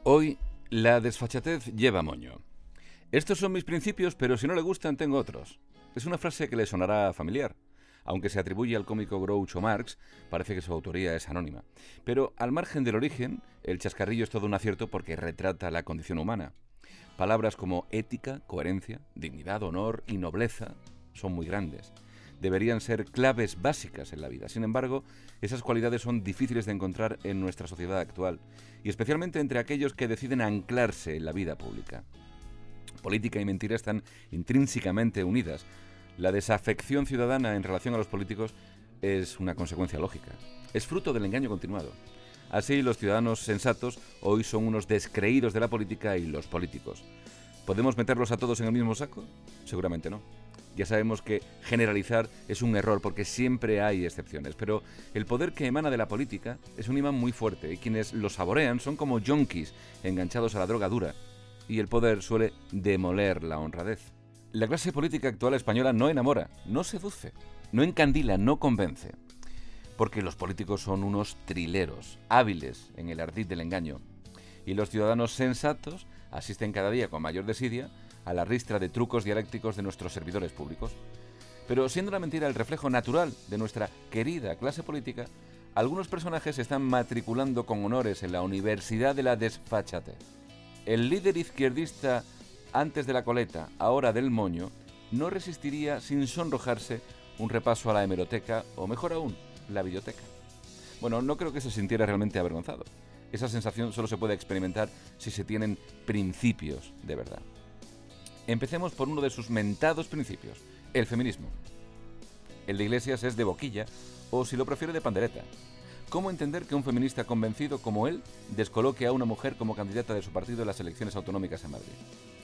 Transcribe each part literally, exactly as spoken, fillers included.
Hoy, la desfachatez lleva moño. Estos son mis principios, pero si no le gustan, tengo otros. Es una frase que le sonará familiar. Aunque se atribuye al cómico Groucho Marx, parece que su autoría es anónima. Pero al margen del origen, el chascarrillo es todo un acierto porque retrata la condición humana. Palabras como ética, coherencia, dignidad, honor y nobleza son muy grandes. Deberían ser claves básicas en la vida. Sin embargo, esas cualidades son difíciles de encontrar en nuestra sociedad actual, y especialmente entre aquellos que deciden anclarse en la vida pública. Política y mentira están intrínsecamente unidas. La desafección ciudadana en relación a los políticos es una consecuencia lógica. Es fruto del engaño continuado. Así, los ciudadanos sensatos hoy son unos descreídos de la política y los políticos. ¿Podemos meterlos a todos en el mismo saco? Seguramente no. Ya sabemos que generalizar es un error porque siempre hay excepciones, pero el poder que emana de la política es un imán muy fuerte y quienes lo saborean son como yonkis enganchados a la droga dura, y el poder suele demoler la honradez. La clase política actual española no enamora, no seduce, no encandila, no convence, porque los políticos son unos trileros, hábiles en el ardid del engaño, y los ciudadanos sensatos asisten cada día con mayor desidia a la ristra de trucos dialécticos de nuestros servidores públicos. Pero siendo la mentira el reflejo natural de nuestra querida clase política, algunos personajes se están matriculando con honores en la Universidad de la Desfachatez. El líder izquierdista antes de la coleta, ahora del moño, no resistiría sin sonrojarse un repaso a la hemeroteca, o mejor aún, la biblioteca. Bueno, no creo que se sintiera realmente avergonzado. Esa sensación solo se puede experimentar si se tienen principios de verdad. Empecemos por uno de sus mentados principios, el feminismo. El de Iglesias es de boquilla, o si lo prefiere de pandereta. ¿Cómo entender que un feminista convencido como él descoloque a una mujer como candidata de su partido en las elecciones autonómicas en Madrid?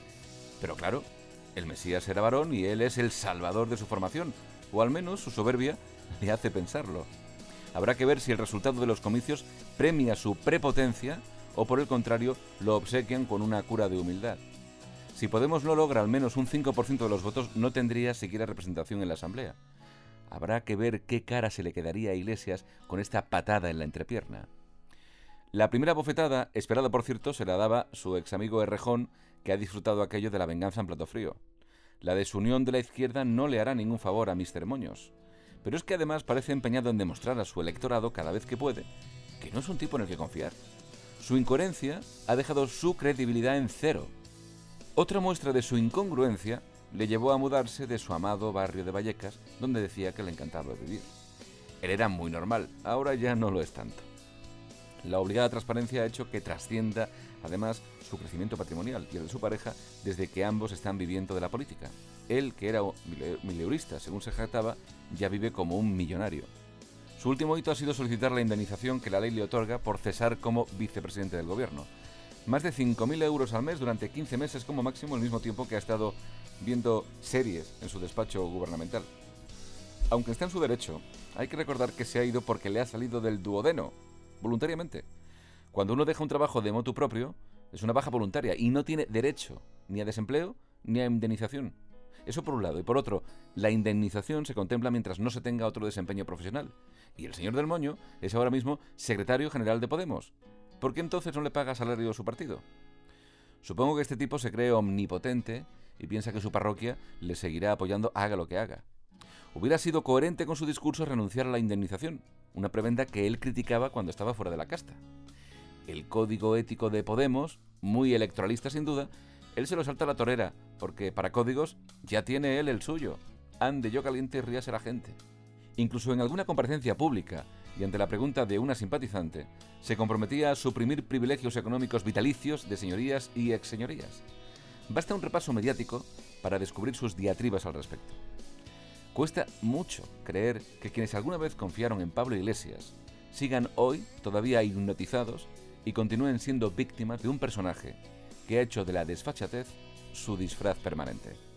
Pero claro, el Mesías era varón y él es el salvador de su formación, o al menos su soberbia le hace pensarlo. Habrá que ver si el resultado de los comicios premia su prepotencia o por el contrario lo obsequian con una cura de humildad. Si Podemos no logra al menos un cinco por ciento de los votos, no tendría siquiera representación en la Asamblea. Habrá que ver qué cara se le quedaría a Iglesias con esta patada en la entrepierna. La primera bofetada, esperada por cierto, se la daba su ex amigo Errejón, que ha disfrutado aquello de la venganza en plato frío. La desunión de la izquierda no le hará ningún favor a míster Moños. Pero es que además parece empeñado en demostrar a su electorado cada vez que puede que no es un tipo en el que confiar. Su incoherencia ha dejado su credibilidad en cero. Otra muestra de su incongruencia le llevó a mudarse de su amado barrio de Vallecas, donde decía que le encantaba vivir. Él era muy normal, ahora ya no lo es tanto. La obligada transparencia ha hecho que trascienda, además, su crecimiento patrimonial y el de su pareja desde que ambos están viviendo de la política. Él, que era mileurista, según se jactaba, ya vive como un millonario. Su último hito ha sido solicitar la indemnización que la ley le otorga por cesar como vicepresidente del gobierno. Más de cinco mil euros al mes durante quince meses como máximo, al mismo tiempo que ha estado viendo series en su despacho gubernamental. Aunque está en su derecho, hay que recordar que se ha ido porque le ha salido del duodeno, voluntariamente. Cuando uno deja un trabajo de motu propio, es una baja voluntaria y no tiene derecho ni a desempleo ni a indemnización. Eso por un lado. Y por otro, la indemnización se contempla mientras no se tenga otro desempeño profesional. Y el señor del Moño es ahora mismo secretario general de Podemos. ¿Por qué entonces no le paga salario a su partido? Supongo que este tipo se cree omnipotente y piensa que su parroquia le seguirá apoyando haga lo que haga. Hubiera sido coherente con su discurso renunciar a la indemnización, una prebenda que él criticaba cuando estaba fuera de la casta. El código ético de Podemos, muy electoralista sin duda, él se lo salta a la torera, porque para códigos ya tiene él el suyo. Ande yo caliente y ríase la gente. Incluso en alguna comparecencia pública y ante la pregunta de una simpatizante, se comprometía a suprimir privilegios económicos vitalicios de señorías y exseñorías. Basta un repaso mediático para descubrir sus diatribas al respecto. Cuesta mucho creer que quienes alguna vez confiaron en Pablo Iglesias sigan hoy todavía hipnotizados y continúen siendo víctimas de un personaje que ha hecho de la desfachatez su disfraz permanente.